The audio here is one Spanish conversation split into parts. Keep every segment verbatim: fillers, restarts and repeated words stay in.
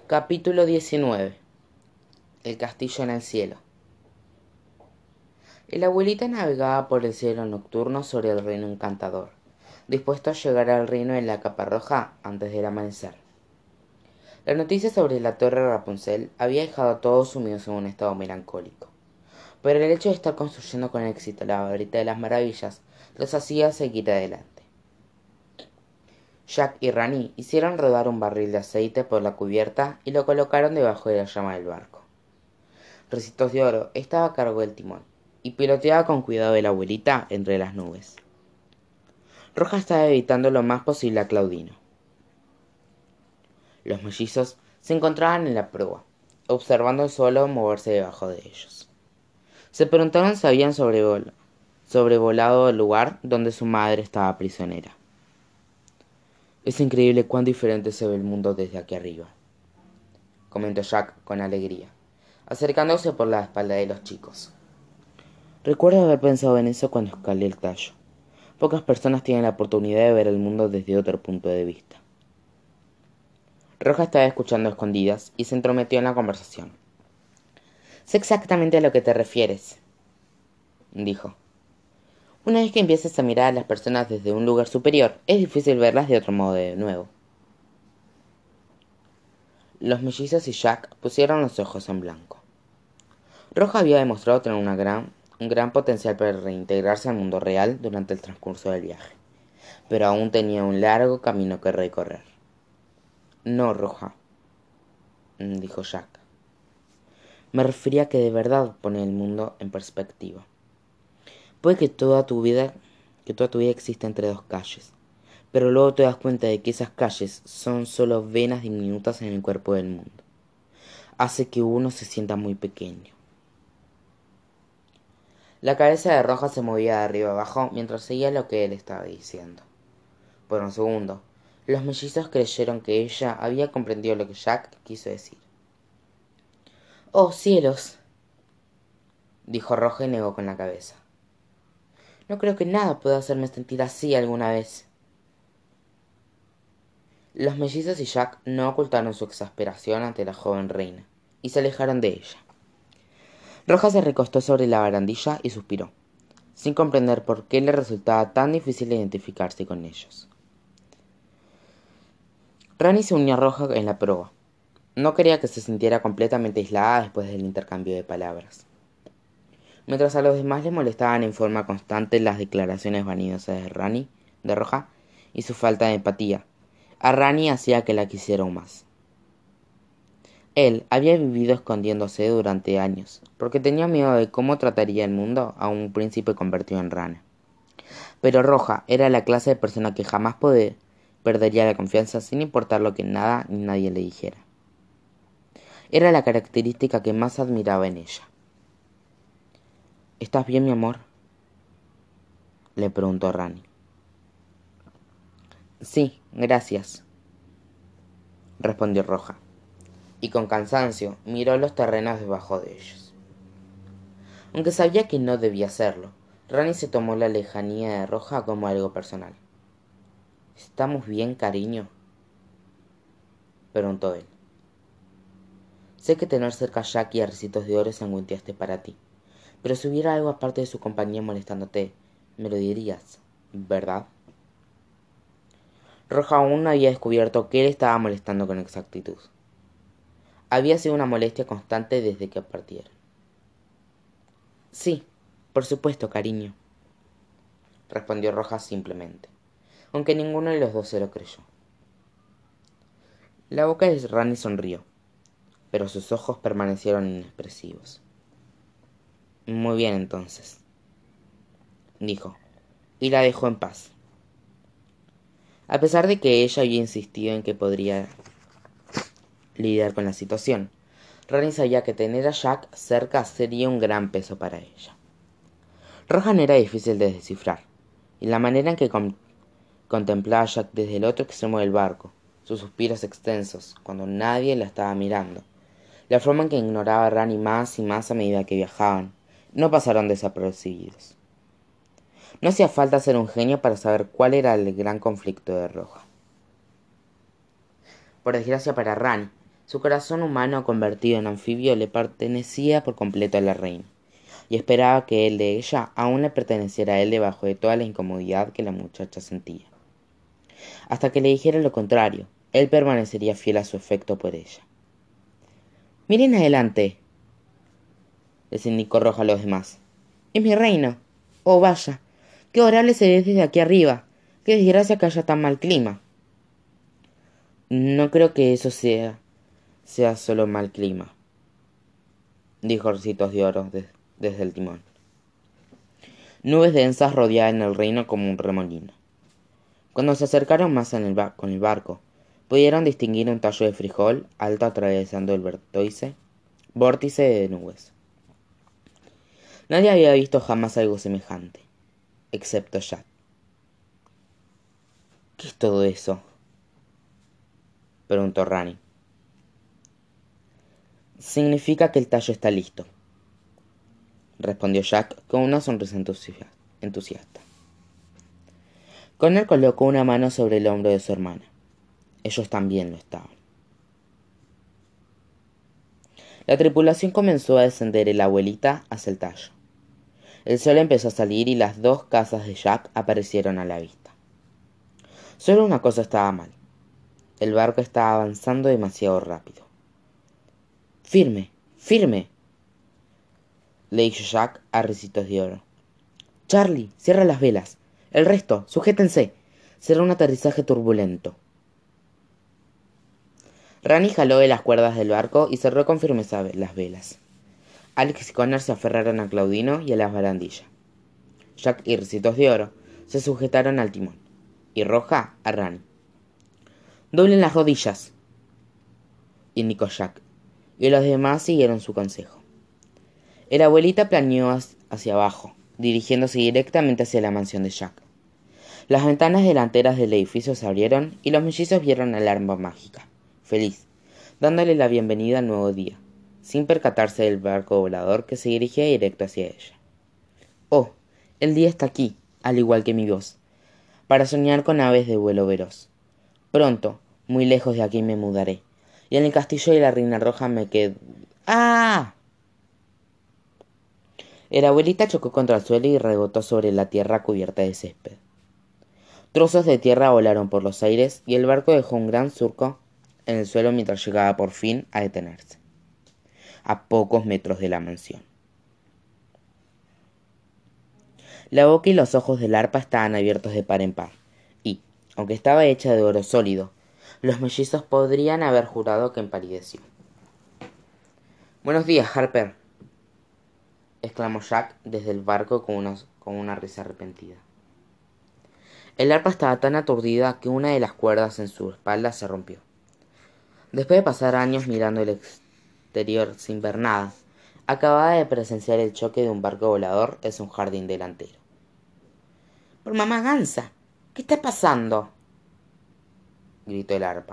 Capítulo diecinueve. El castillo en el cielo. El abuelita navegaba por el cielo nocturno sobre el reino encantador, dispuesto a llegar al reino de la capa roja antes del amanecer. La noticia sobre la torre Rapunzel había dejado a todos sumidos en un estado melancólico, pero el hecho de estar construyendo con éxito la varita de las maravillas los hacía seguir adelante. Jack y Rani hicieron rodar un barril de aceite por la cubierta y lo colocaron debajo de la llama del barco. Ricitos de Oro estaba a cargo del timón y piloteaba con cuidado de la abuelita entre las nubes. Roja estaba evitando lo más posible a Claudino. Los mellizos se encontraban en la proa, observando el suelo moverse debajo de ellos. Se preguntaron si habían sobrevol- sobrevolado el lugar donde su madre estaba prisionera. Es increíble cuán diferente se ve el mundo desde aquí arriba, comentó Jack con alegría, acercándose por la espalda de los chicos. Recuerdo haber pensado en eso cuando escalé el tallo. Pocas personas tienen la oportunidad de ver el mundo desde otro punto de vista. Roja estaba escuchando a escondidas y se entrometió en la conversación. Sé exactamente a lo que te refieres, dijo. Una vez que empieces a mirar a las personas desde un lugar superior, es difícil verlas de otro modo de nuevo. Los mellizos y Jack pusieron los ojos en blanco. Roja había demostrado tener una gran, un gran potencial para reintegrarse al mundo real durante el transcurso del viaje, pero aún tenía un largo camino que recorrer. No, Roja, dijo Jack. Me refería a que de verdad pone el mundo en perspectiva. Puede que toda tu vida, que toda tu vida exista entre dos calles, pero luego te das cuenta de que esas calles son solo venas diminutas en el cuerpo del mundo. Hace que uno se sienta muy pequeño. La cabeza de Roja se movía de arriba abajo mientras seguía lo que él estaba diciendo. Por un segundo, los mellizos creyeron que ella había comprendido lo que Jack quiso decir. «Oh, cielos», dijo Roja y negó con la cabeza. «No creo que nada pueda hacerme sentir así alguna vez». Los mellizos y Jack no ocultaron su exasperación ante la joven reina, y se alejaron de ella. Roja se recostó sobre la barandilla y suspiró, sin comprender por qué le resultaba tan difícil identificarse con ellos. Rani se unió a Roja en la proa. No quería que se sintiera completamente aislada después del intercambio de palabras. Mientras a los demás les molestaban en forma constante las declaraciones vanidosas de Rani, de Roja, y su falta de empatía, a Rani hacía que la quisiera aún más. Él había vivido escondiéndose durante años, porque tenía miedo de cómo trataría el mundo a un príncipe convertido en rana. Pero Roja era la clase de persona que jamás poder, perdería la confianza sin importar lo que nada ni nadie le dijera. Era la característica que más admiraba en ella. ¿Estás bien, mi amor?, le preguntó Rani. Sí, gracias, respondió Roja, y con cansancio miró los terrenos debajo de ellos. Aunque sabía que no debía hacerlo, Rani se tomó la lejanía de Roja como algo personal. ¿Estamos bien, cariño?, preguntó él. Sé que tener cerca a Jack y a Ricitos de Oro es angustiante para ti, pero si hubiera algo aparte de su compañía molestándote, me lo dirías, ¿verdad? Roja aún no había descubierto que él estaba molestando con exactitud. Había sido una molestia constante desde que partieron. Sí, por supuesto, cariño, respondió Roja simplemente, aunque ninguno de los dos se lo creyó. La boca de Rani sonrió, pero sus ojos permanecieron inexpresivos. Muy bien, entonces, dijo, y la dejó en paz. A pesar de que ella había insistido en que podría lidiar con la situación, Rani sabía que tener a Jack cerca sería un gran peso para ella. Roja no era difícil de descifrar, y la manera en que con- contemplaba a Jack desde el otro extremo del barco, sus suspiros extensos, cuando nadie la estaba mirando, la forma en que ignoraba a Rani más y más a medida que viajaban, no pasaron desapercibidos. No hacía falta ser un genio para saber cuál era el gran conflicto de Roja. Por desgracia para Rani, Su corazón humano convertido en anfibio le pertenecía por completo a la reina, y esperaba que el de ella aún le perteneciera a él debajo de toda la incomodidad que la muchacha sentía. Hasta que le dijera lo contrario, él permanecería fiel a su afecto por ella. «Miren adelante», les indicó Roja a los demás. «Es mi reino. Oh, vaya, qué horrible se ve desde aquí arriba. Qué desgracia que haya tan mal clima». «No creo que eso sea, sea solo mal clima», dijo Ricitos de Oro de- desde el timón. Nubes densas rodeaban el reino como un remolino. Cuando se acercaron más en el ba- con el barco, pudieron distinguir un tallo de frijol alto atravesando el vórtice, vórtice de nubes. Nadie había visto jamás algo semejante, excepto Jack. «¿Qué es todo eso?», preguntó Rani. «Significa que el tallo está listo», respondió Jack con una sonrisa entusiasta. Connor colocó una mano sobre el hombro de su hermana. Ellos también lo estaban. La tripulación comenzó a descender el abuelita hacia el tallo. El sol empezó a salir y las dos casas de Jack aparecieron a la vista. Solo una cosa estaba mal. El barco estaba avanzando demasiado rápido. «Firme, firme», le dijo Jack a Ricitos de Oro. «Charlie, cierra las velas. El resto, sujétense. Será un aterrizaje turbulento». Rani jaló de las cuerdas del barco y cerró con firmeza las velas. Alex y Connor se aferraron a Claudino y a las barandillas. Jack y Ricitos de Oro se sujetaron al timón, y Roja a Rani. «Doblen las rodillas», indicó Jack, y los demás siguieron su consejo. El abuelita planeó hacia abajo, dirigiéndose directamente hacia la mansión de Jack. Las ventanas delanteras del edificio se abrieron y los mellizos vieron al arma mágica, feliz, dándole la bienvenida al nuevo día, sin percatarse del barco volador que se dirigía directo hacia ella. «Oh, el día está aquí, al igual que mi voz, para soñar con aves de vuelo veloz. Pronto, muy lejos de aquí me mudaré, y en el castillo de la Reina Roja me quedo...» «¡Ah!». El abuelita chocó contra el suelo y rebotó sobre la tierra cubierta de césped. Trozos de tierra volaron por los aires y el barco dejó un gran surco en el suelo mientras llegaba por fin a detenerse, a pocos metros de la mansión. La boca y los ojos del arpa estaban abiertos de par en par, y, aunque estaba hecha de oro sólido, los mellizos podrían haber jurado que empalideció. «Buenos días, Harper», exclamó Jack desde el barco con una, con una risa arrepentida. El arpa estaba tan aturdida que una de las cuerdas en su espalda se rompió. Después de pasar años mirando el exterior sin ver nada, acababa de presenciar el choque de un barco volador en un jardín delantero. «¡Por mamá Gansa! ¿Qué está pasando?», gritó el arpa.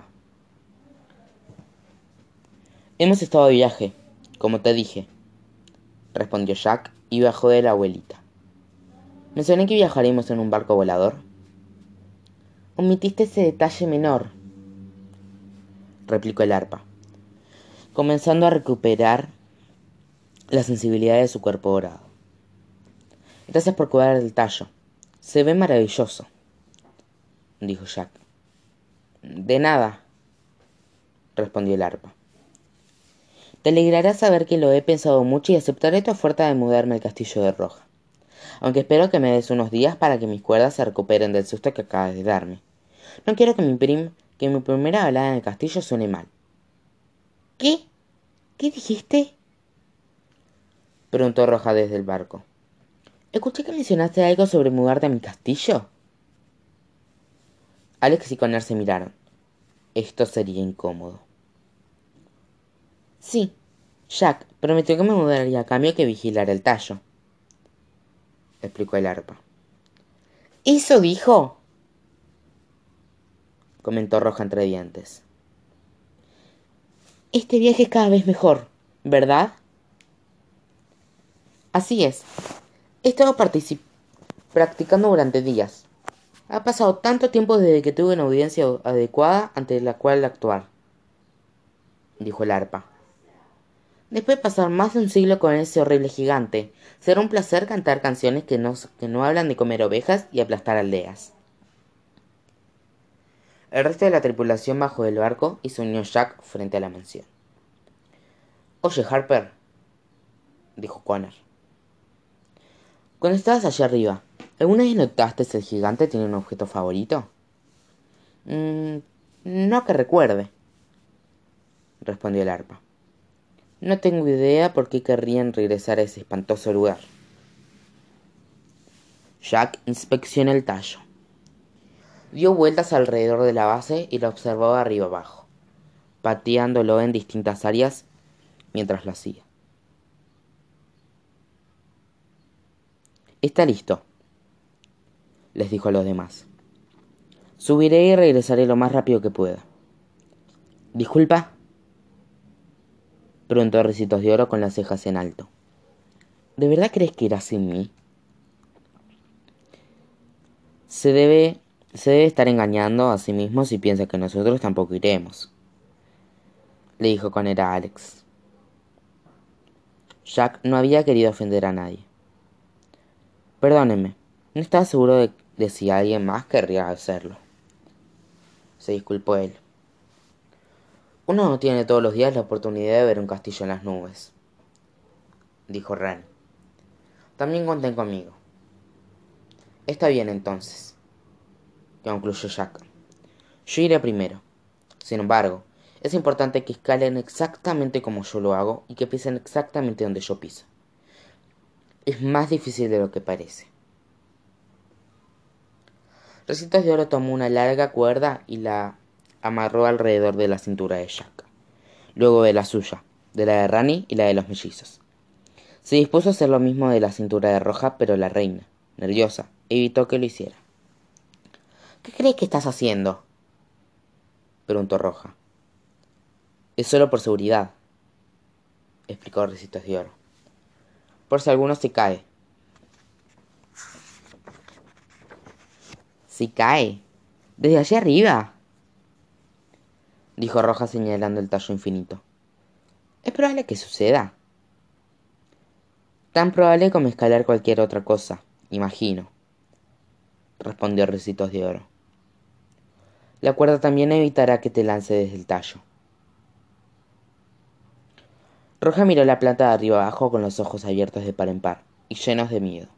«Hemos estado de viaje, como te dije», respondió Jack y bajó de la abuelita. «¿Mencioné que viajaremos en un barco volador?» «Omitiste ese detalle menor», replicó el arpa, comenzando a recuperar la sensibilidad de su cuerpo dorado. «Gracias por cuidar del tallo. Se ve maravilloso», dijo Jack. «De nada», respondió el arpa. «Te alegrará saber que lo he pensado mucho y aceptaré tu oferta de mudarme al castillo de Roja, aunque espero que me des unos días para que mis cuerdas se recuperen del susto que acabas de darme. No quiero que mi, prim que mi primera velada en el castillo suene mal». «¿Qué? ¿Qué dijiste?», preguntó Roja desde el barco. «Escuché que mencionaste algo sobre mudarte a mi castillo». Alex y Connor se miraron. Esto sería incómodo. «Sí, Jack prometió que me mudaría a cambio que vigilara el tallo», explicó el arpa. «¿Eso dijo?», comentó Roja entre dientes. «Este viaje es cada vez mejor, ¿verdad?». «Así es. He estado practicando durante días. Ha pasado tanto tiempo desde que tuve una audiencia adecuada ante la cual actuar», dijo el arpa. Después de pasar más de un siglo con ese horrible gigante, será un placer cantar canciones que no, que no hablan de comer ovejas y aplastar aldeas. El resto de la tripulación bajó del barco y se unió Jack frente a la mansión. Oye, Harper, dijo Connor. Cuando estabas allá arriba, ¿alguna vez notaste si el gigante tiene un objeto favorito? Mm, no que recuerde, respondió el arpa. No tengo idea por qué querrían regresar a ese espantoso lugar. Jack inspeccionó el tallo. Dio vueltas alrededor de la base y lo observó de arriba abajo, pateándolo en distintas áreas mientras lo hacía. Está listo, les dijo a los demás. Subiré y regresaré lo más rápido que pueda. ¿Disculpa?, preguntó Ricitos de Oro con las cejas en alto. ¿De verdad crees que irás sin mí? Se debe, se debe estar engañando a sí mismo si piensa que nosotros tampoco iremos, le dijo con ira a Alex. Jack no había querido ofender a nadie. Perdónenme, no estaba seguro de, de si alguien más querría hacerlo. Se disculpó él. Uno no tiene todos los días la oportunidad de ver un castillo en las nubes, dijo Ren. También cuenten conmigo. Está bien entonces, concluyó Jack. Yo iré primero. Sin embargo, es importante que escalen exactamente como yo lo hago y que pisen exactamente donde yo piso. Es más difícil de lo que parece. Ricitos de Oro tomó una larga cuerda y la amarró alrededor de la cintura de Jack, luego de la suya, de la de Rani y la de los mellizos. Se dispuso a hacer lo mismo de la cintura de Roja, pero la reina, nerviosa, evitó que lo hiciera. ¿Qué crees que estás haciendo?, preguntó Roja. Es solo por seguridad, explicó Ricitos de Oro. Por si alguno se cae. ¿Se cae? ¿Desde allá arriba?, dijo Roja señalando el tallo infinito. Es probable que suceda. Tan probable como escalar cualquier otra cosa, imagino, respondió Ricitos de Oro. La cuerda también evitará que te lance desde el tallo. Roja miró la planta de arriba abajo con los ojos abiertos de par en par y llenos de miedo.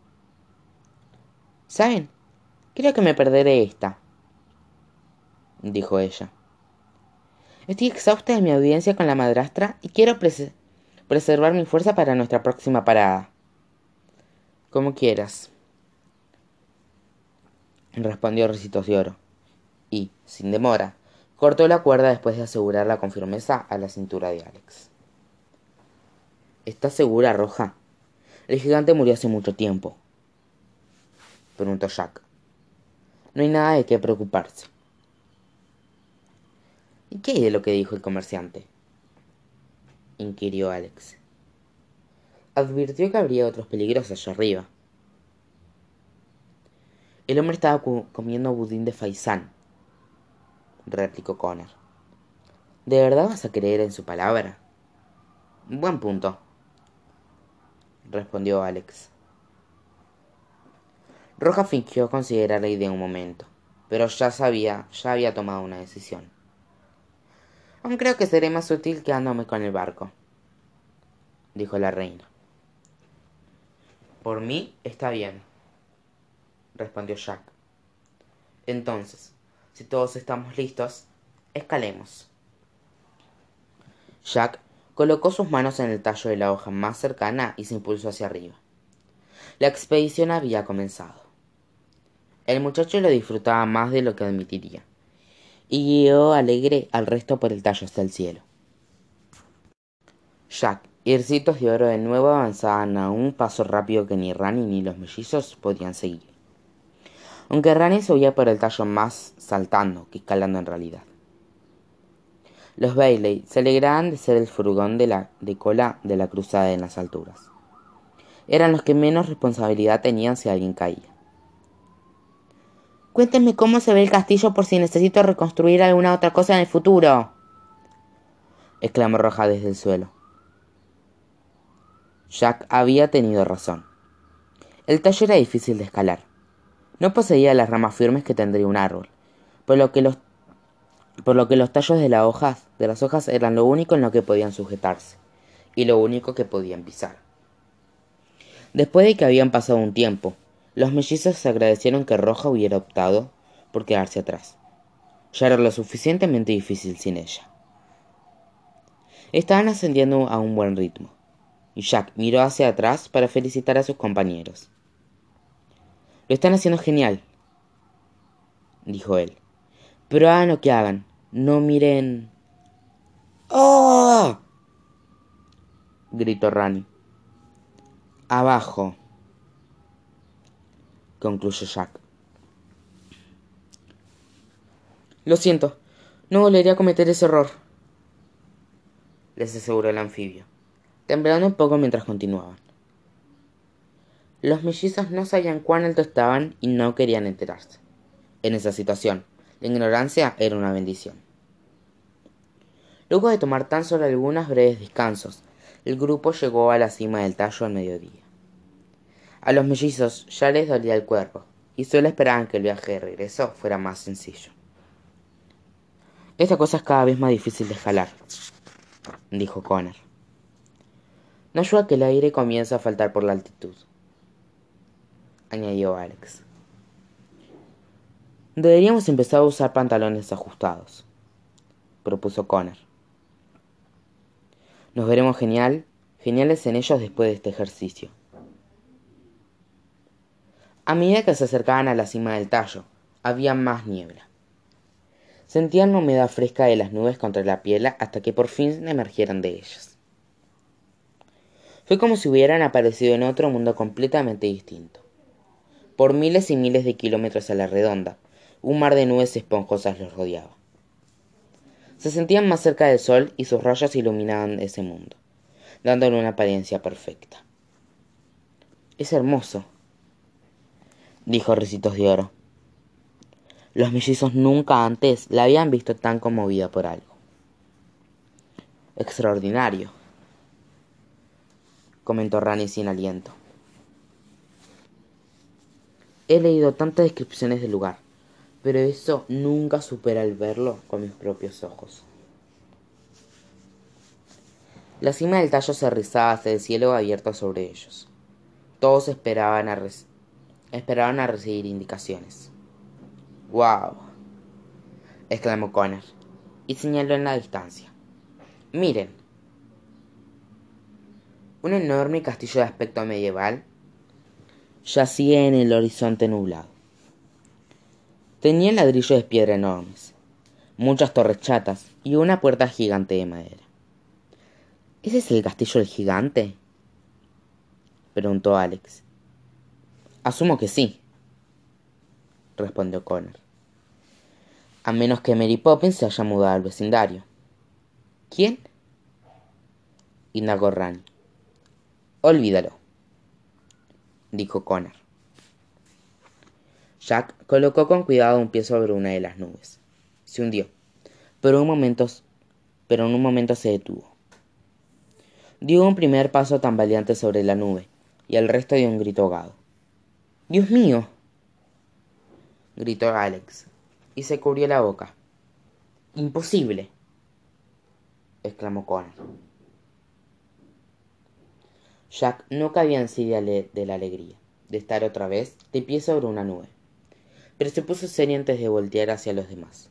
¿Saben? Creo que me perderé esta, dijo ella. Estoy exhausta de mi audiencia con la madrastra y quiero pres- preservar mi fuerza para nuestra próxima parada. Como quieras, respondió Ricitos de Oro, y, sin demora, cortó la cuerda después de asegurarla con firmeza a la cintura de Alex. ¿Estás segura, Roja? El gigante murió hace mucho tiempo, preguntó Jack. No hay nada de qué preocuparse. ¿Y qué hay de lo que dijo el comerciante?, inquirió Alex. Advirtió que habría otros peligros allá arriba. El hombre estaba comiendo budín de faisán, replicó Connor. ¿De verdad vas a creer en su palabra? Buen punto, respondió Alex. Roja fingió considerar la idea un momento, pero ya sabía, ya había tomado una decisión. Aún creo que seré más útil quedándome con el barco, dijo la reina. Por mí está bien, respondió Jack. Entonces, si todos estamos listos, escalemos. Jack colocó sus manos en el tallo de la hoja más cercana y se impulsó hacia arriba. La expedición había comenzado. El muchacho lo disfrutaba más de lo que admitiría, y guió alegre al resto por el tallo hasta el cielo. Jack y Ricitos de Oro de nuevo avanzaban a un paso rápido que ni Rani ni los mellizos podían seguir, aunque Rani subía por el tallo más saltando que escalando en realidad. Los Bailey se alegraban de ser el furgón de, la, de cola de la cruzada en las alturas. Eran los que menos responsabilidad tenían si alguien caía. Cuéntenme cómo se ve el castillo por si necesito reconstruir alguna otra cosa en el futuro, exclamó Roja desde el suelo. Jack había tenido razón. El tallo era difícil de escalar. No poseía las ramas firmes que tendría un árbol, por lo que los, por lo que los tallos de, la hojas, de las hojas eran lo único en lo que podían sujetarse, y lo único que podían pisar. Después de que habían pasado un tiempo, los mellizos se agradecieron que Roja hubiera optado por quedarse atrás. Ya era lo suficientemente difícil sin ella. Estaban ascendiendo a un buen ritmo, y Jack miró hacia atrás para felicitar a sus compañeros. «Lo están haciendo genial», dijo él. «Pero hagan lo que hagan, no miren...» «¡Oh!», gritó Rani. «Abajo», concluyó Jack. «Lo siento, no volveré a cometer ese error», les aseguró el anfibio, temblando un poco mientras continuaban. Los mellizos no sabían cuán alto estaban y no querían enterarse. En esa situación, la ignorancia era una bendición. Luego de tomar tan solo algunos breves descansos, el grupo llegó a la cima del tallo al mediodía. A los mellizos ya les dolía el cuerpo, y solo esperaban que el viaje de regreso fuera más sencillo. «Esta cosa es cada vez más difícil de escalar», dijo Connor. «No ayuda que el aire comience a faltar por la altitud», añadió Alex. «Deberíamos empezar a usar pantalones ajustados», propuso Connor. «Nos veremos genial, geniales en ellos después de este ejercicio». A medida que se acercaban a la cima del tallo, había más niebla. Sentían la humedad fresca de las nubes contra la piel hasta que por fin emergieran de ellas. Fue como si hubieran aparecido en otro mundo completamente distinto. Por miles y miles de kilómetros a la redonda, un mar de nubes esponjosas los rodeaba. Se sentían más cerca del sol y sus rayos iluminaban ese mundo, dándole una apariencia perfecta. «Es hermoso», dijo Ricitos de Oro. Los mellizos nunca antes la habían visto tan conmovida por algo. «Extraordinario», comentó Rani sin aliento. «He leído tantas descripciones del lugar, pero eso nunca supera el verlo con mis propios ojos». La cima del tallo se rizaba hacia el cielo abierto sobre ellos. Todos esperaban a, re- esperaban a recibir indicaciones. «¡Wow!», exclamó Connor, y señaló en la distancia. «Miren». Un enorme castillo de aspecto medieval yacía en el horizonte nublado. Tenía ladrillos de piedra enormes, muchas torres chatas y una puerta gigante de madera. «¿Ese es el castillo del gigante?», preguntó Alex. «Asumo que sí», respondió Connor. «A menos que Mary Poppins se haya mudado al vecindario». «¿Quién?», indagó Rani. «Olvídalo», dijo Connor. Jack colocó con cuidado un pie sobre una de las nubes. Se hundió, pero, un momento, pero en un momento se detuvo. Dio un primer paso tambaleante sobre la nube, y el resto dio un grito ahogado. «¡Dios mío!», gritó Alex, y se cubrió la boca. «¡Imposible!», exclamó Connor. Jack no cabía en sí de la alegría de estar otra vez de pie sobre una nube, pero se puso serio antes de voltear hacia los demás.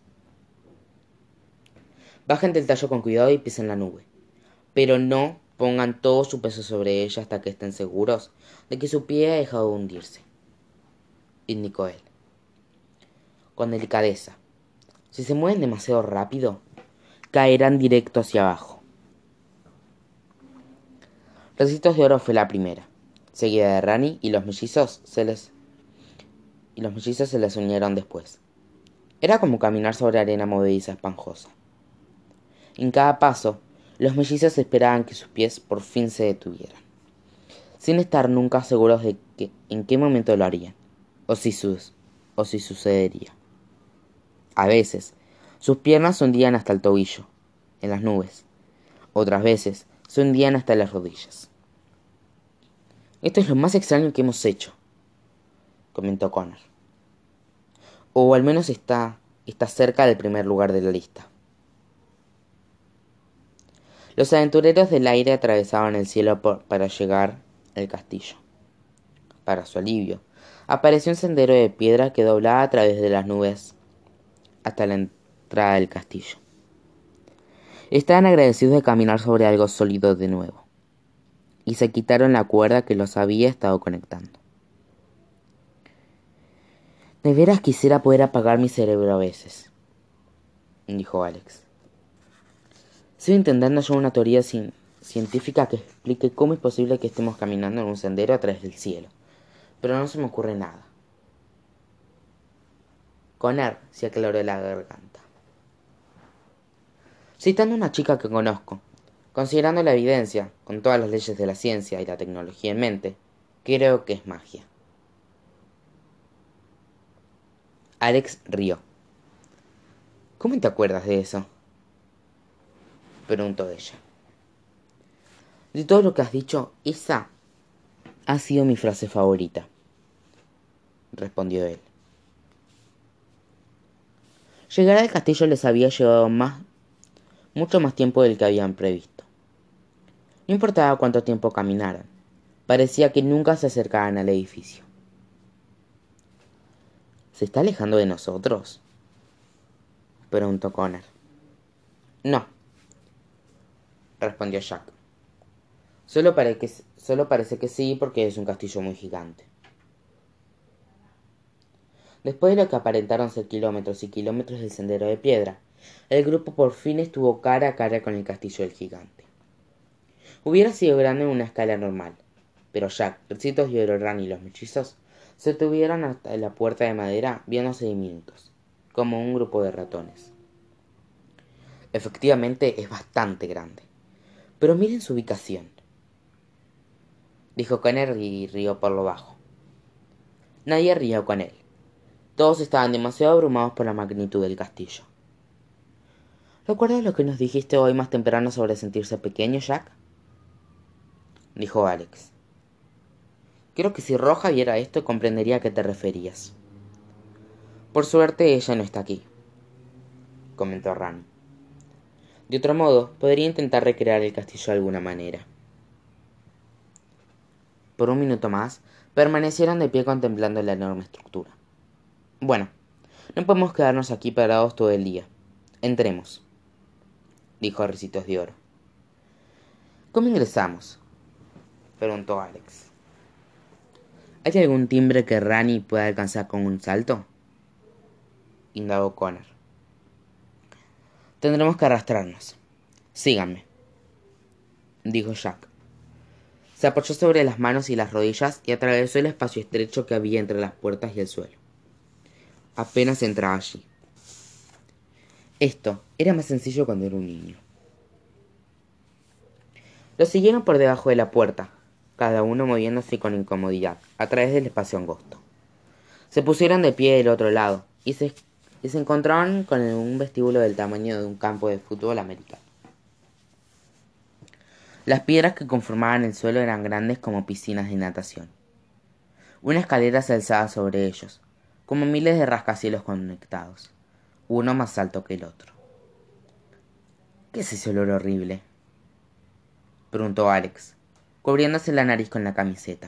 «Bajen del tallo con cuidado y pisen la nube, pero no pongan todo su peso sobre ella hasta que estén seguros de que su pie ha dejado de hundirse», indicó él. «Con delicadeza. Si se mueven demasiado rápido, caerán directo hacia abajo». Ricitos de Oro fue la primera, seguida de Rani, y los mellizos se les y los mellizos se les unieron después. Era como caminar sobre arena movediza esponjosa. En cada paso, los mellizos esperaban que sus pies por fin se detuvieran, sin estar nunca seguros de que, en qué momento lo harían, o si, sus, o si sucedería. A veces, sus piernas se hundían hasta el tobillo, en las nubes, Otras veces se hundían hasta las rodillas. «Esto es lo más extraño que hemos hecho», comentó Connor. «O al menos está, está cerca del primer lugar de la lista». Los aventureros del aire atravesaban el cielo por, para llegar al castillo. Para su alivio, apareció un sendero de piedra que doblaba a través de las nubes hasta la entrada del castillo. Estaban agradecidos de caminar sobre algo sólido de nuevo, y se quitaron la cuerda que los había estado conectando. «De veras quisiera poder apagar mi cerebro a veces», dijo Alex. «Estoy intentando hallar una teoría sin, científica que explique cómo es posible que estemos caminando en un sendero a través del cielo, pero no se me ocurre nada». Connor se aclaró la garganta. «Citando a una chica que conozco, considerando la evidencia, con todas las leyes de la ciencia y la tecnología en mente, creo que es magia». Alex rió. «¿Cómo te acuerdas de eso?», preguntó ella. «De todo lo que has dicho, esa ha sido mi frase favorita», respondió él. Llegar al castillo les había llevado más, mucho más tiempo del que habían previsto. No importaba cuánto tiempo caminaran, parecía que nunca se acercaban al edificio. «¿Se está alejando de nosotros?», preguntó Connor. «No», respondió Jack. Solo, pare que, solo parece que sí porque es un castillo muy gigante». Después de lo que aparentaron ser kilómetros y kilómetros de sendero de piedra, el grupo por fin estuvo cara a cara con el castillo del gigante. Hubiera sido grande en una escala normal, pero Jack, Ricitos y Ororán y los mellizos se tuvieron hasta la puerta de madera viéndose diminutos, como un grupo de ratones. «Efectivamente es bastante grande, pero miren su ubicación», dijo Connor y rió por lo bajo. Nadie rió con él. Todos estaban demasiado abrumados por la magnitud del castillo. «¿Recuerdas lo que nos dijiste hoy más temprano sobre sentirse pequeño, Jack?», dijo Alex. «Creo que si Roja viera esto comprendería a qué te referías». «Por suerte ella no está aquí», comentó Ran. «De otro modo, podría intentar recrear el castillo de alguna manera». Por un minuto más, permanecieron de pie contemplando la enorme estructura. «Bueno, no podemos quedarnos aquí parados todo el día. Entremos», dijo Ricitos de Oro. «¿Cómo ingresamos?», preguntó Alex. «¿Hay algún timbre que Rani pueda alcanzar con un salto?», indagó Connor. «Tendremos que arrastrarnos. Síganme», dijo Jack. Se apoyó sobre las manos y las rodillas y atravesó el espacio estrecho que había entre las puertas y el suelo. Apenas entraba allí. Esto era más sencillo cuando era un niño. Lo siguieron por debajo de la puerta, cada uno moviéndose con incomodidad, a través del espacio angosto. Se pusieron de pie del otro lado, y se, y se encontraban con un vestíbulo del tamaño de un campo de fútbol americano. Las piedras que conformaban el suelo eran grandes como piscinas de natación. Una escalera se alzaba sobre ellos, como miles de rascacielos conectados, uno más alto que el otro. «¿Qué es ese olor horrible?», preguntó Alex, cubriéndose la nariz con la camiseta.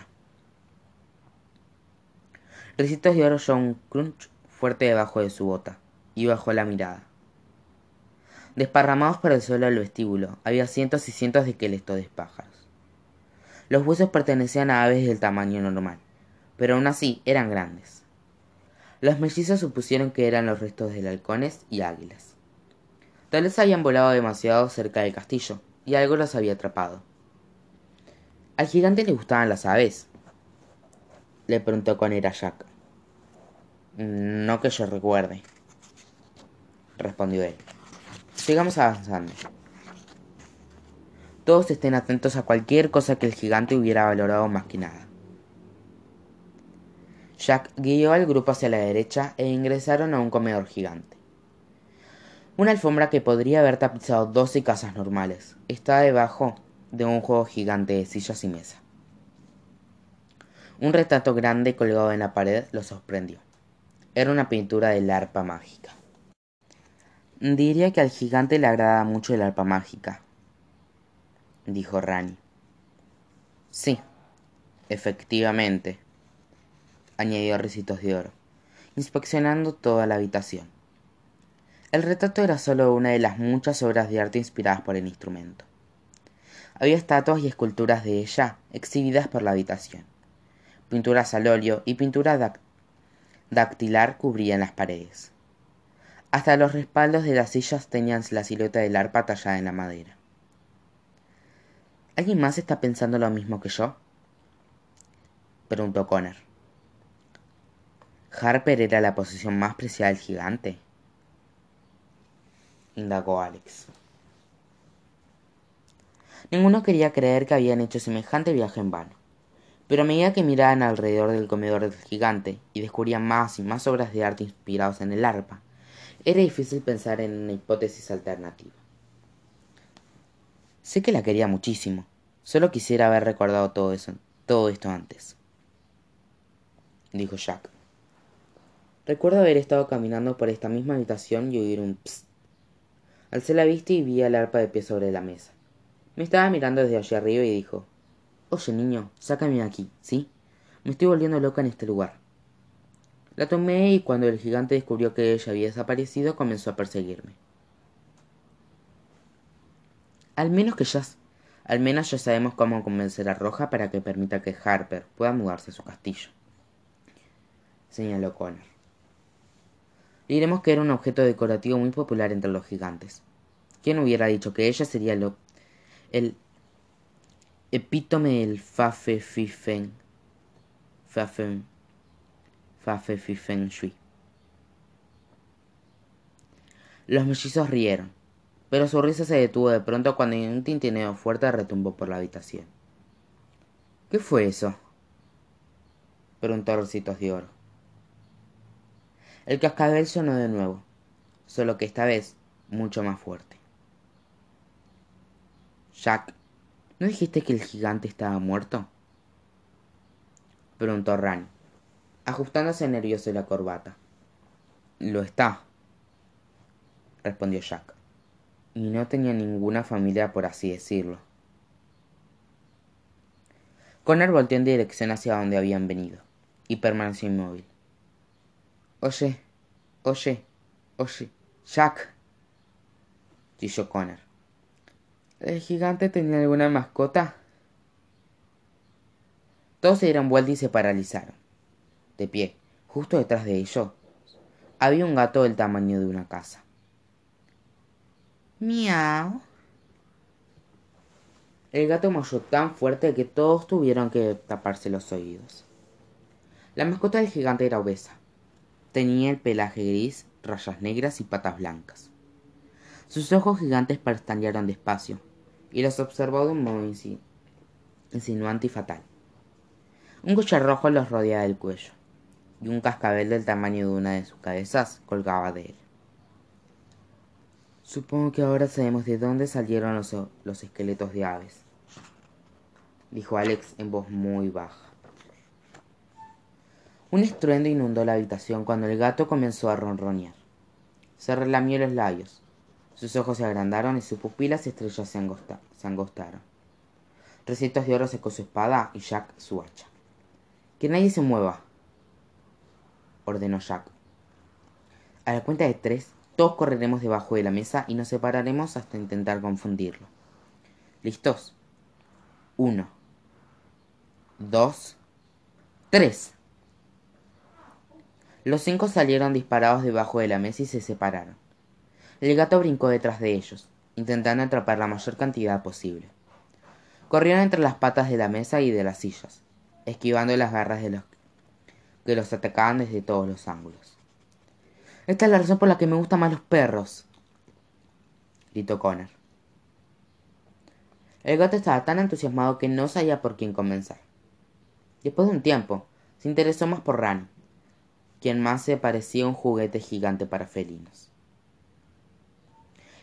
Ricitos de Oro oyó un crunch fuerte debajo de su bota, y bajó la mirada. Desparramados por el suelo del vestíbulo, había cientos y cientos de esqueletos de pájaros. Los huesos pertenecían a aves del tamaño normal, pero aún así eran grandes. Los mellizos supusieron que eran los restos de halcones y águilas. Tal vez habían volado demasiado cerca del castillo, y algo los había atrapado. «¿Al gigante le gustaban las aves?», le preguntó Connor a Jack. «No que yo recuerde», respondió él. «Sigamos avanzando. Todos estén atentos a cualquier cosa que el gigante hubiera valorado más que nada». Jack guió al grupo hacia la derecha e ingresaron a un comedor gigante. Una alfombra que podría haber tapizado doce casas normales estaba debajo de un juego gigante de sillas y mesas. Un retrato grande colgado en la pared lo sorprendió. Era una pintura del arpa mágica. Diría que al gigante le agrada mucho el arpa mágica, dijo Rani. Sí, efectivamente, añadió Ricitos de Oro, inspeccionando toda la habitación. El retrato era solo una de las muchas obras de arte inspiradas por el instrumento. Había estatuas y esculturas de ella exhibidas por la habitación. Pinturas al óleo y pintura dac- dactilar cubrían las paredes. Hasta los respaldos de las sillas tenían la silueta del arpa tallada en la madera. ¿Alguien más está pensando lo mismo que yo?, preguntó Connor. ¿Harper era la posesión más preciada del gigante?, indagó Alex. Ninguno quería creer que habían hecho semejante viaje en vano, pero a medida que miraban alrededor del comedor del gigante y descubrían más y más obras de arte inspiradas en el arpa, era difícil pensar en una hipótesis alternativa. Sé que la quería muchísimo. Solo quisiera haber recordado todo eso, todo esto antes, dijo Jack. Recuerdo haber estado caminando por esta misma habitación y oír un psst. Alcé la vista y vi al arpa de pie sobre la mesa. Me estaba mirando desde allí arriba y dijo: Oye, niño, sácame de aquí, ¿sí? Me estoy volviendo loca en este lugar. La tomé y cuando el gigante descubrió que ella había desaparecido, comenzó a perseguirme. Al menos que ya, al menos ya sabemos cómo convencer a Roja para que permita que Harper pueda mudarse a su castillo, señaló Connor. Diremos que era un objeto decorativo muy popular entre los gigantes. ¿Quién hubiera dicho que ella sería el, el epítome del Fa-Fe-Fi-Feng Fa-Fe Fa-Fe-Fi-Feng Shui? Los mellizos rieron, pero su risa se detuvo de pronto cuando un tintineo fuerte retumbó por la habitación. ¿Qué fue eso?, preguntó Ricitos de Oro. El cascabel sonó de nuevo, solo que esta vez mucho más fuerte. Jack, ¿no dijiste que el gigante estaba muerto?, preguntó Rani, ajustándose nervioso la corbata. Lo está, respondió Jack, y no tenía ninguna familia, por así decirlo. Connor volteó en dirección hacia donde habían venido, y permaneció inmóvil. Oye, oye, oye, Jack, chilló Connor. ¿El gigante tenía alguna mascota? Todos se dieron vuelta y se paralizaron. De pie, justo detrás de ellos, había un gato del tamaño de una casa. Miau. El gato maulló tan fuerte que todos tuvieron que taparse los oídos. La mascota del gigante era obesa. Tenía el pelaje gris, rayas negras y patas blancas. Sus ojos gigantes pestañearon despacio, y los observó de un modo insi- insinuante y fatal. Un collar rojo los rodeaba del cuello, y un cascabel del tamaño de una de sus cabezas colgaba de él. Supongo que ahora sabemos de dónde salieron los, los esqueletos de aves, dijo Alex en voz muy baja. Un estruendo inundó la habitación cuando el gato comenzó a ronronear. Se relamió los labios. Sus ojos se agrandaron y sus pupilas estrellas se, angosta- se angostaron. Ricitos de Oro secó su espada y Jack su hacha. Que nadie se mueva, ordenó Jack. A la cuenta de tres, todos correremos debajo de la mesa y nos separaremos hasta intentar confundirlo. ¿Listos? Uno, dos, tres. Los cinco salieron disparados debajo de la mesa y se separaron. El gato brincó detrás de ellos, intentando atrapar la mayor cantidad posible. Corrieron entre las patas de la mesa y de las sillas, esquivando las garras de los que los atacaban desde todos los ángulos. Esta es la razón por la que me gustan más los perros, gritó Connor. El gato estaba tan entusiasmado que no sabía por quién comenzar. Después de un tiempo, se interesó más por Rani, quien más se parecía a un juguete gigante para felinos.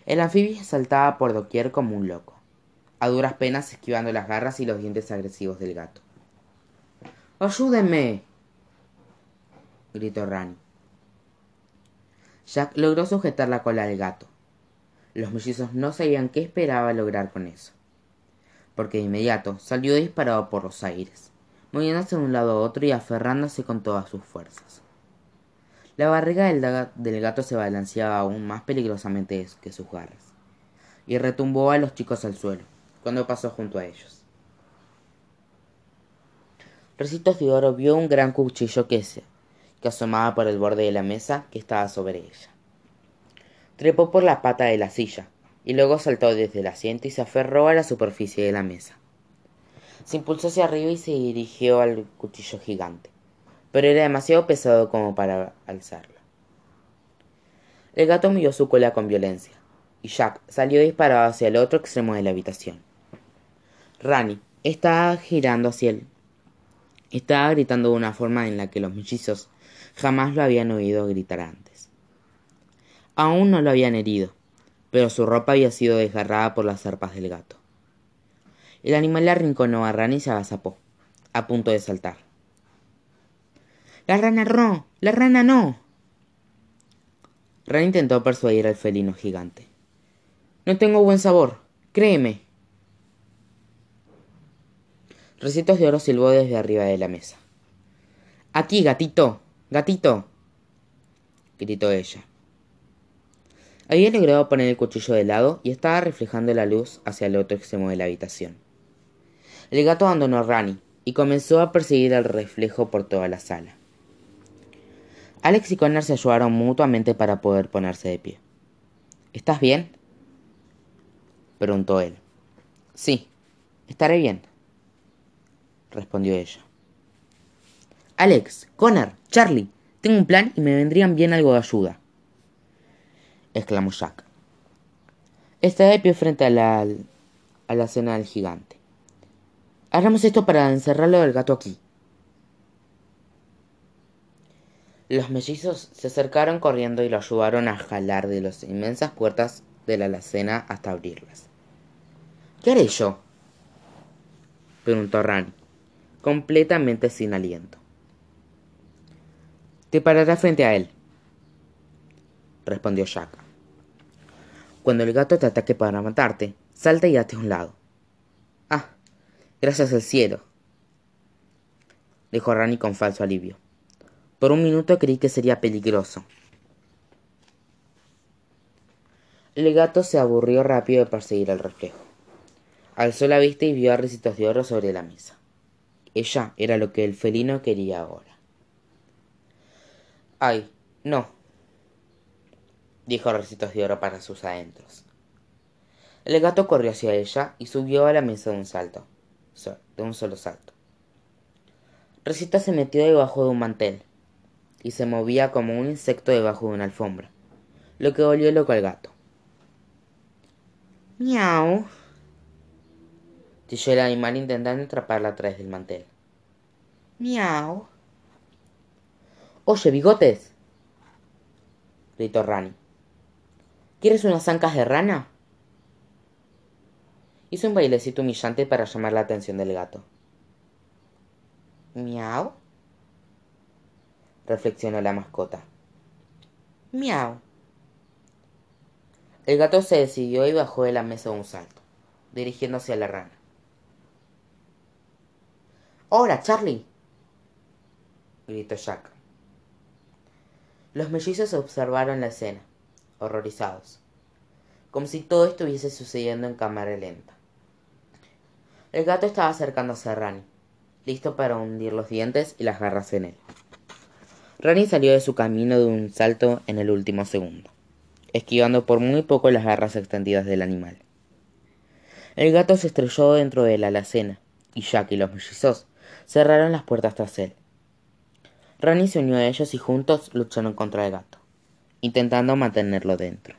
El anfibio saltaba por doquier como un loco, a duras penas esquivando las garras y los dientes agresivos del gato. ¡Ayúdenme!, gritó Rani. Jack logró sujetar la cola del gato. Los mellizos no sabían qué esperaba lograr con eso, porque de inmediato salió disparado por los aires, moviéndose de un lado a otro y aferrándose con todas sus fuerzas. La barriga del, del gato se balanceaba aún más peligrosamente que sus garras, y retumbó a los chicos al suelo, cuando pasó junto a ellos. Recitos de Oro vio un gran cuchillo que, se, que asomaba por el borde de la mesa que estaba sobre ella. Trepó por la pata de la silla, y luego saltó desde el asiento y se aferró a la superficie de la mesa. Se impulsó hacia arriba y se dirigió al cuchillo gigante, pero era demasiado pesado como para alzarlo. El gato movió su cola con violencia, y Jack salió disparado hacia el otro extremo de la habitación. Rani estaba girando hacia él. Estaba gritando de una forma en la que los mellizos jamás lo habían oído gritar antes. Aún no lo habían herido, pero su ropa había sido desgarrada por las zarpas del gato. El animal le arrinconó a Rani y se agazapó, a punto de saltar. ¡La rana no! ¡La rana no! Rani intentó persuadir al felino gigante. No tengo buen sabor, créeme. Recitos de Oro silbó desde arriba de la mesa. Aquí, gatito, gatito, gritó ella. Había logrado poner el cuchillo de lado y estaba reflejando la luz hacia el otro extremo de la habitación. El gato abandonó a Rani y comenzó a perseguir el reflejo por toda la sala. Alex y Connor se ayudaron mutuamente para poder ponerse de pie. ¿Estás bien?, preguntó él. Sí, estaré bien, respondió ella. Alex, Connor, Charlie, tengo un plan y me vendrían bien algo de ayuda, exclamó Jack. Estaba de pie frente a la, a la cena del gigante. Hagamos esto para encerrarlo del gato aquí. Los mellizos se acercaron corriendo y lo ayudaron a jalar de las inmensas puertas de la alacena hasta abrirlas. ¿Qué haré yo?, preguntó Rani, completamente sin aliento. Te pararás frente a él, respondió Jack. Cuando el gato te ataque para matarte, salta y hazte a un lado. Ah, gracias al cielo, dijo Rani con falso alivio. Por un minuto creí que sería peligroso. El gato se aburrió rápido de perseguir el reflejo. Alzó la vista y vio a Recitos de Oro sobre la mesa. Ella era lo que el felino quería ahora. Ay, no, dijo Recitos de Oro para sus adentros. El gato corrió hacia ella y subió a la mesa de un salto, de un solo salto. Recitos se metió debajo de un mantel y se movía como un insecto debajo de una alfombra, lo que volvió loco al gato. Miau, chilló el animal intentando atraparla a través del mantel. Miau. Oye, bigotes, gritó Rani. ¿Quieres unas ancas de rana? Hizo un bailecito humillante para llamar la atención del gato. Miau, reflexionó la mascota. Miau. El gato se decidió y bajó de la mesa de un salto, dirigiéndose a la rana. ¡Hola, Charlie!, gritó Jack. Los mellizos observaron la escena, horrorizados, como si todo estuviese sucediendo en cámara lenta. El gato estaba acercándose a Rani, listo para hundir los dientes y las garras en él. Rani salió de su camino de un salto en el último segundo, esquivando por muy poco las garras extendidas del animal. El gato se estrelló dentro de la alacena, y Jack y los mellizos cerraron las puertas tras él. Rani se unió a ellos y juntos lucharon contra el gato, intentando mantenerlo dentro.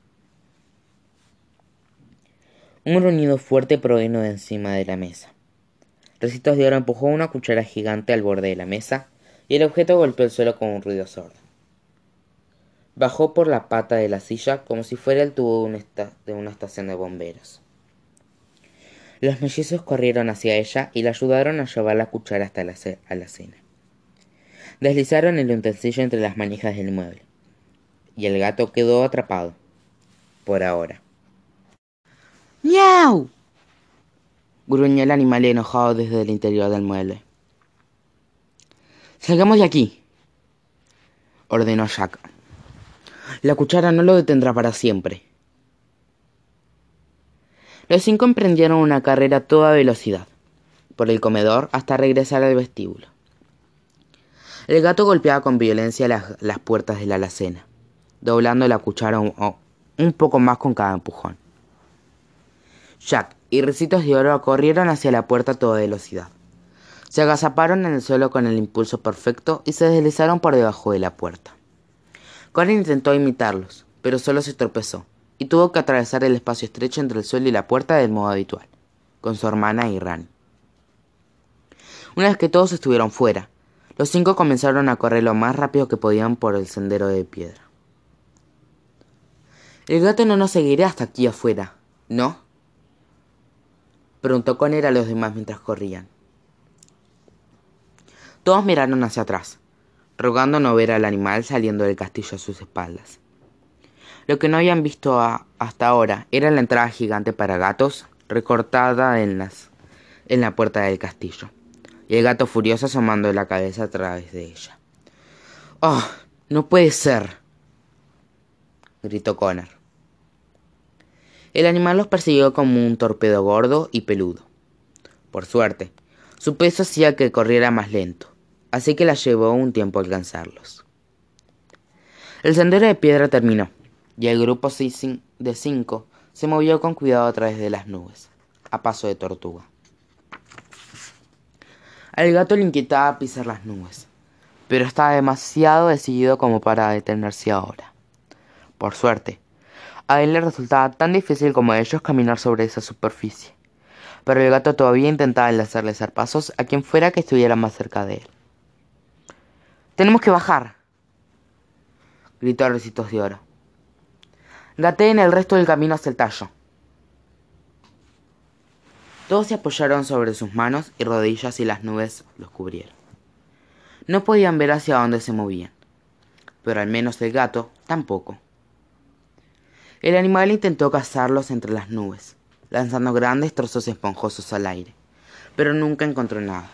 Un gruñido fuerte provino de encima de la mesa. Recitos de Oro empujó una cuchara gigante al borde de la mesa y el objeto golpeó el suelo con un ruido sordo. Bajó por la pata de la silla como si fuera el tubo de una, esta- de una estación de bomberos. Los mellizos corrieron hacia ella y la ayudaron a llevar la cuchara hasta la ce- a la cena. Deslizaron el utensilio entre las manijas del mueble, y el gato quedó atrapado, por ahora. ¡Miau! Gruñó el animal enojado desde el interior del mueble. «Salgamos de aquí», ordenó Jack. «La cuchara no lo detendrá para siempre». Los cinco emprendieron una carrera a toda velocidad, por el comedor hasta regresar al vestíbulo. El gato golpeaba con violencia las, las puertas de la alacena, doblando la cuchara un, un poco más con cada empujón. Jack y Ricitos de Oro corrieron hacia la puerta a toda velocidad. Se agazaparon en el suelo con el impulso perfecto y se deslizaron por debajo de la puerta. Connor intentó imitarlos, pero solo se tropezó, y tuvo que atravesar el espacio estrecho entre el suelo y la puerta del modo habitual, con su hermana y Rani. Una vez que todos estuvieron fuera, los cinco comenzaron a correr lo más rápido que podían por el sendero de piedra. «El gato no nos seguirá hasta aquí afuera, ¿no?», preguntó Connor a los demás mientras corrían. Todos miraron hacia atrás, rogando no ver al animal saliendo del castillo a sus espaldas. Lo que no habían visto a, hasta ahora era la entrada gigante para gatos recortada en, las, en la puerta del castillo, y el gato furioso asomando la cabeza a través de ella. «¡Oh, no puede ser!», gritó Connor. El animal los persiguió como un torpedo gordo y peludo. Por suerte, su peso hacía que corriera más lento, así que la llevó un tiempo alcanzarlos. El sendero de piedra terminó, y el grupo de cinco se movió con cuidado a través de las nubes, a paso de tortuga. Al gato le inquietaba pisar las nubes, pero estaba demasiado decidido como para detenerse ahora. Por suerte, a él le resultaba tan difícil como a ellos caminar sobre esa superficie, pero el gato todavía intentaba hacerle zarpazos a quien fuera que estuviera más cerca de él. «¡Tenemos que bajar!», gritó a Ricitos de Oro. «Gateen el resto del camino hasta el tallo». Todos se apoyaron sobre sus manos y rodillas y las nubes los cubrieron. No podían ver hacia dónde se movían, pero al menos el gato tampoco. El animal intentó cazarlos entre las nubes, lanzando grandes trozos esponjosos al aire, pero nunca encontró nada.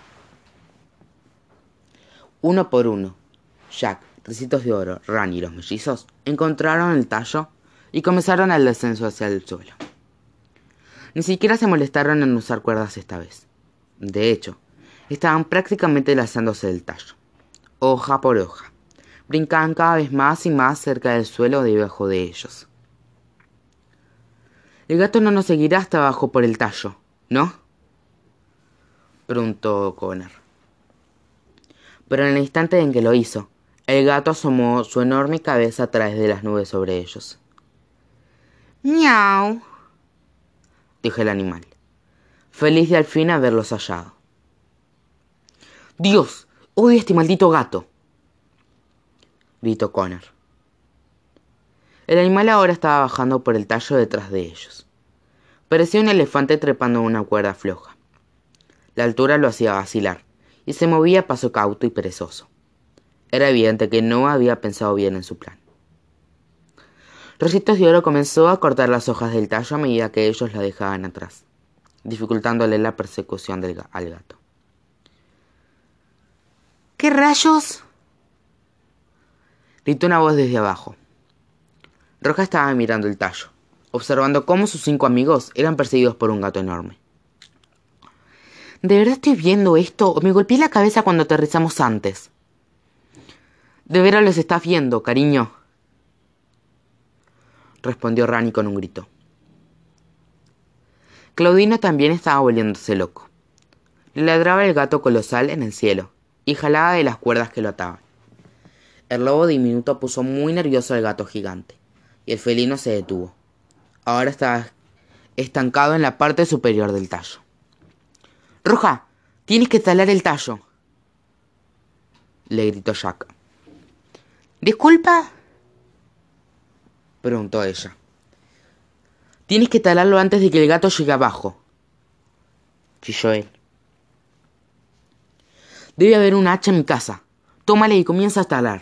Uno por uno, Jack, Ricitos de Oro, Rani y los mellizos encontraron el tallo y comenzaron el descenso hacia el suelo. Ni siquiera se molestaron en usar cuerdas esta vez. De hecho, estaban prácticamente lanzándose del tallo, hoja por hoja. Brincaban cada vez más y más cerca del suelo debajo de ellos. «El gato no nos seguirá hasta abajo por el tallo, ¿no?», preguntó Connor. Pero en el instante en que lo hizo, el gato asomó su enorme cabeza a través de las nubes sobre ellos. «Miau», dijo el animal, feliz de al fin haberlos hallado. «¡Dios! ¡Odio a este maldito gato!», gritó Connor. El animal ahora estaba bajando por el tallo detrás de ellos. Parecía un elefante trepando una cuerda floja. La altura lo hacía vacilar, y se movía a paso cauto y perezoso. Era evidente que no había pensado bien en su plan. Ricitos de Oro comenzó a cortar las hojas del tallo a medida que ellos la dejaban atrás, dificultándole la persecución del, al gato. «¿Qué rayos?», gritó una voz desde abajo. Roja estaba mirando el tallo, observando cómo sus cinco amigos eran perseguidos por un gato enorme. «¿De verdad estoy viendo esto o me golpeé la cabeza cuando aterrizamos antes?». «De veras los estás viendo, cariño», respondió Rani con un grito. Claudino también estaba volviéndose loco. Le ladraba el gato colosal en el cielo y jalaba de las cuerdas que lo ataban. El lobo diminuto puso muy nervioso al gato gigante, y el felino se detuvo. Ahora estaba estancado en la parte superior del tallo. «Roja, tienes que talar el tallo», le gritó Jack. «¿Disculpa?», preguntó ella. Tienes que talarlo antes de que el gato llegue abajo, chilló él. Debe haber un hacha en mi casa. Tómala y comienza a talar.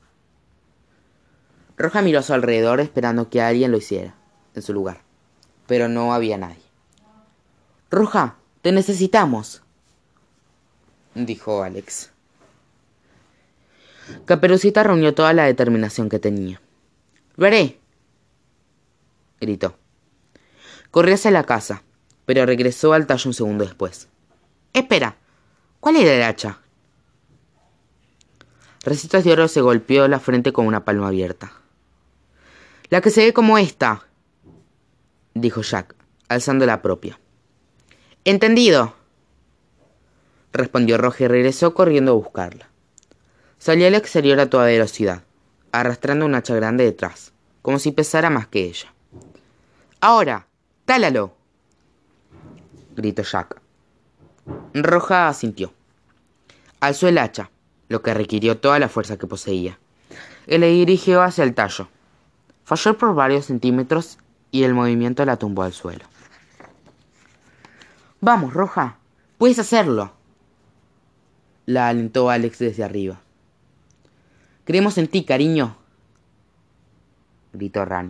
Roja miró a su alrededor esperando que alguien lo hiciera en su lugar, pero no había nadie. Roja, te necesitamos, dijo Alex. Caperucita reunió toda la determinación que tenía. Lo haré, gritó. Corrió hacia la casa, pero regresó al tallo un segundo después. Espera, ¿cuál era el hacha? Recitos de Oro se golpeó la frente con una palma abierta. La que se ve como esta, dijo Jack, alzando la propia. Entendido, respondió Roja y regresó corriendo a buscarla. Salió al exterior a toda velocidad, arrastrando un hacha grande detrás, como si pesara más que ella. ¡Ahora! ¡Tálalo!, gritó Jack. Roja asintió. Alzó el hacha, lo que requirió toda la fuerza que poseía, y le dirigió hacia el tallo. Falló por varios centímetros y el movimiento la tumbó al suelo. Vamos, Roja, puedes hacerlo, la alentó Alex desde arriba. Creemos en ti, cariño, gritó Rani.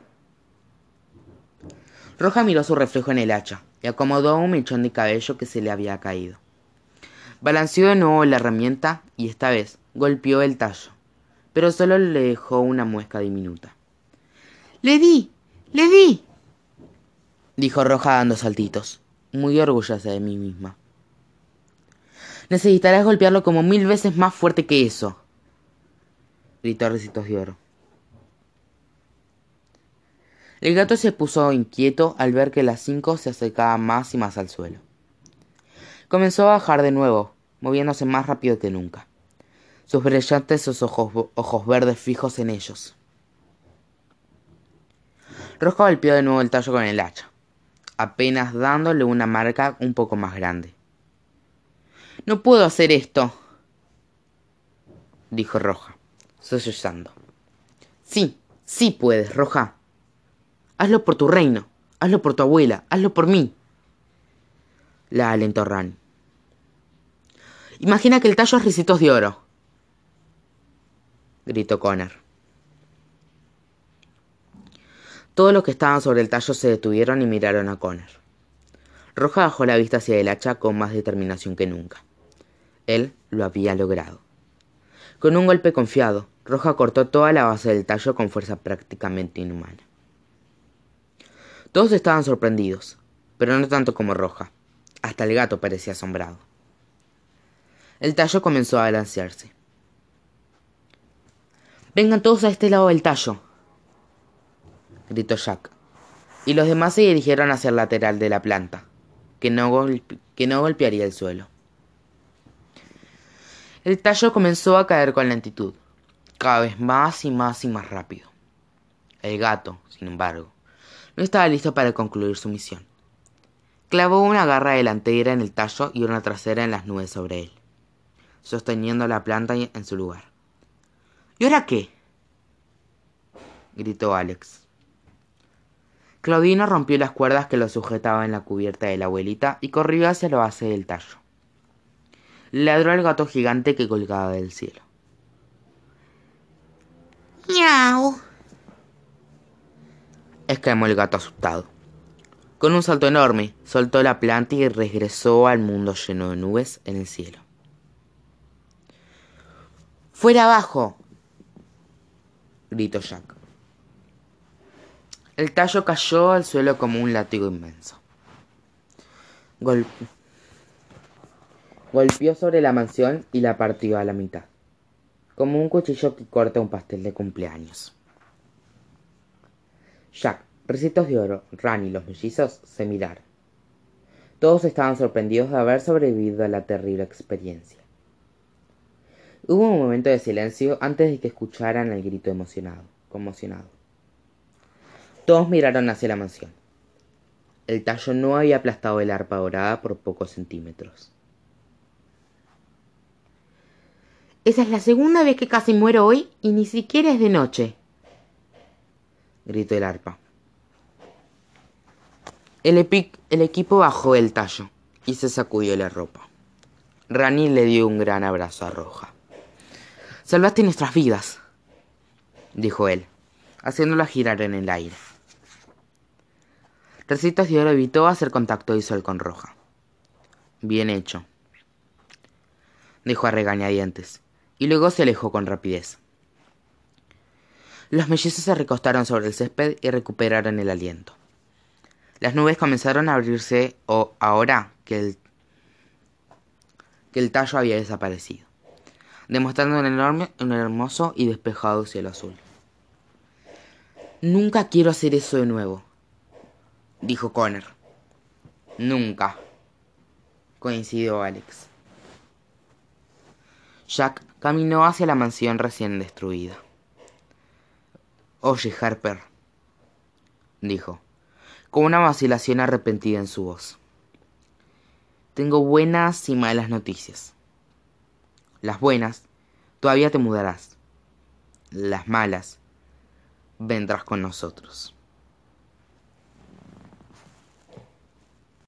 Roja miró su reflejo en el hacha y acomodó un mechón de cabello que se le había caído. Balanceó de nuevo la herramienta y esta vez golpeó el tallo, pero solo le dejó una muesca diminuta. ¡Le di! ¡Le di!, dijo Roja dando saltitos, muy orgullosa de mí misma. Necesitarás golpearlo como mil veces más fuerte que eso, gritó Ricitos de Oro. El gato se puso inquieto al ver que las cinco se acercaban más y más al suelo. Comenzó a bajar de nuevo, moviéndose más rápido que nunca, sus brillantes ojos, ojos verdes fijos en ellos. Roja golpeó de nuevo el tallo con el hacha, apenas dándole una marca un poco más grande. «No puedo hacer esto», dijo Roja, sollozando. «Sí, sí puedes, Roja. Hazlo por tu reino, hazlo por tu abuela, hazlo por mí», la alentó Rani. «Imagina que el tallo es Ricitos de Oro», gritó Connor. Todos los que estaban sobre el tallo se detuvieron y miraron a Connor. Roja bajó la vista hacia el hacha con más determinación que nunca. Él lo había logrado. Con un golpe confiado, Roja cortó toda la base del tallo con fuerza prácticamente inhumana. Todos estaban sorprendidos, pero no tanto como Roja. Hasta el gato parecía asombrado. El tallo comenzó a balancearse. «Vengan todos a este lado del tallo», gritó Jack, y los demás se dirigieron hacia el lateral de la planta, que no, golpe- que no golpearía el suelo. El tallo comenzó a caer con lentitud, cada vez más y más y más rápido. El gato, sin embargo, no estaba listo para concluir su misión. Clavó una garra delantera en el tallo y una trasera en las nubes sobre él, sosteniendo la planta en su lugar. «¿Y ahora qué?», gritó Alex. Claudino rompió las cuerdas que lo sujetaban en la cubierta de la abuelita y corrió hacia la base del tallo. Ladró al gato gigante que colgaba del cielo. «¡Miau!», exclamó el gato asustado. Con un salto enorme, soltó la planta y regresó al mundo lleno de nubes en el cielo. «¡Fuera abajo!», gritó Jack. El tallo cayó al suelo como un látigo inmenso. Gol- Golpeó sobre la mansión y la partió a la mitad, como un cuchillo que corta un pastel de cumpleaños. Jack, Ricitos de Oro, Rani y los mellizos se miraron. Todos estaban sorprendidos de haber sobrevivido a la terrible experiencia. Hubo un momento de silencio antes de que escucharan el grito emocionado, conmocionado. Todos miraron hacia la mansión. El tallo no había aplastado el arpa dorada por pocos centímetros. «Esa es la segunda vez que casi muero hoy y ni siquiera es de noche», gritó el arpa. El, epi- el equipo bajó el tallo y se sacudió la ropa. Rani le dio un gran abrazo a Roja. «Salvaste nuestras vidas», dijo él, haciéndola girar en el aire. Recitos de Oro evitó hacer contacto visual con Roja. «Bien hecho», dijo a regañadientes, y luego se alejó con rapidez. Los mellizos se recostaron sobre el césped y recuperaron el aliento. Las nubes comenzaron a abrirse o ahora que el, que el tallo había desaparecido, demostrando un enorme, un hermoso y despejado cielo azul. «Nunca quiero hacer eso de nuevo», dijo Connor. «Nunca», coincidió Alex. Jack caminó hacia la mansión recién destruida. «Oye, Harper», dijo, con una vacilación arrepentida en su voz. «Tengo buenas y malas noticias. Las buenas, todavía te mudarás. Las malas, vendrás con nosotros».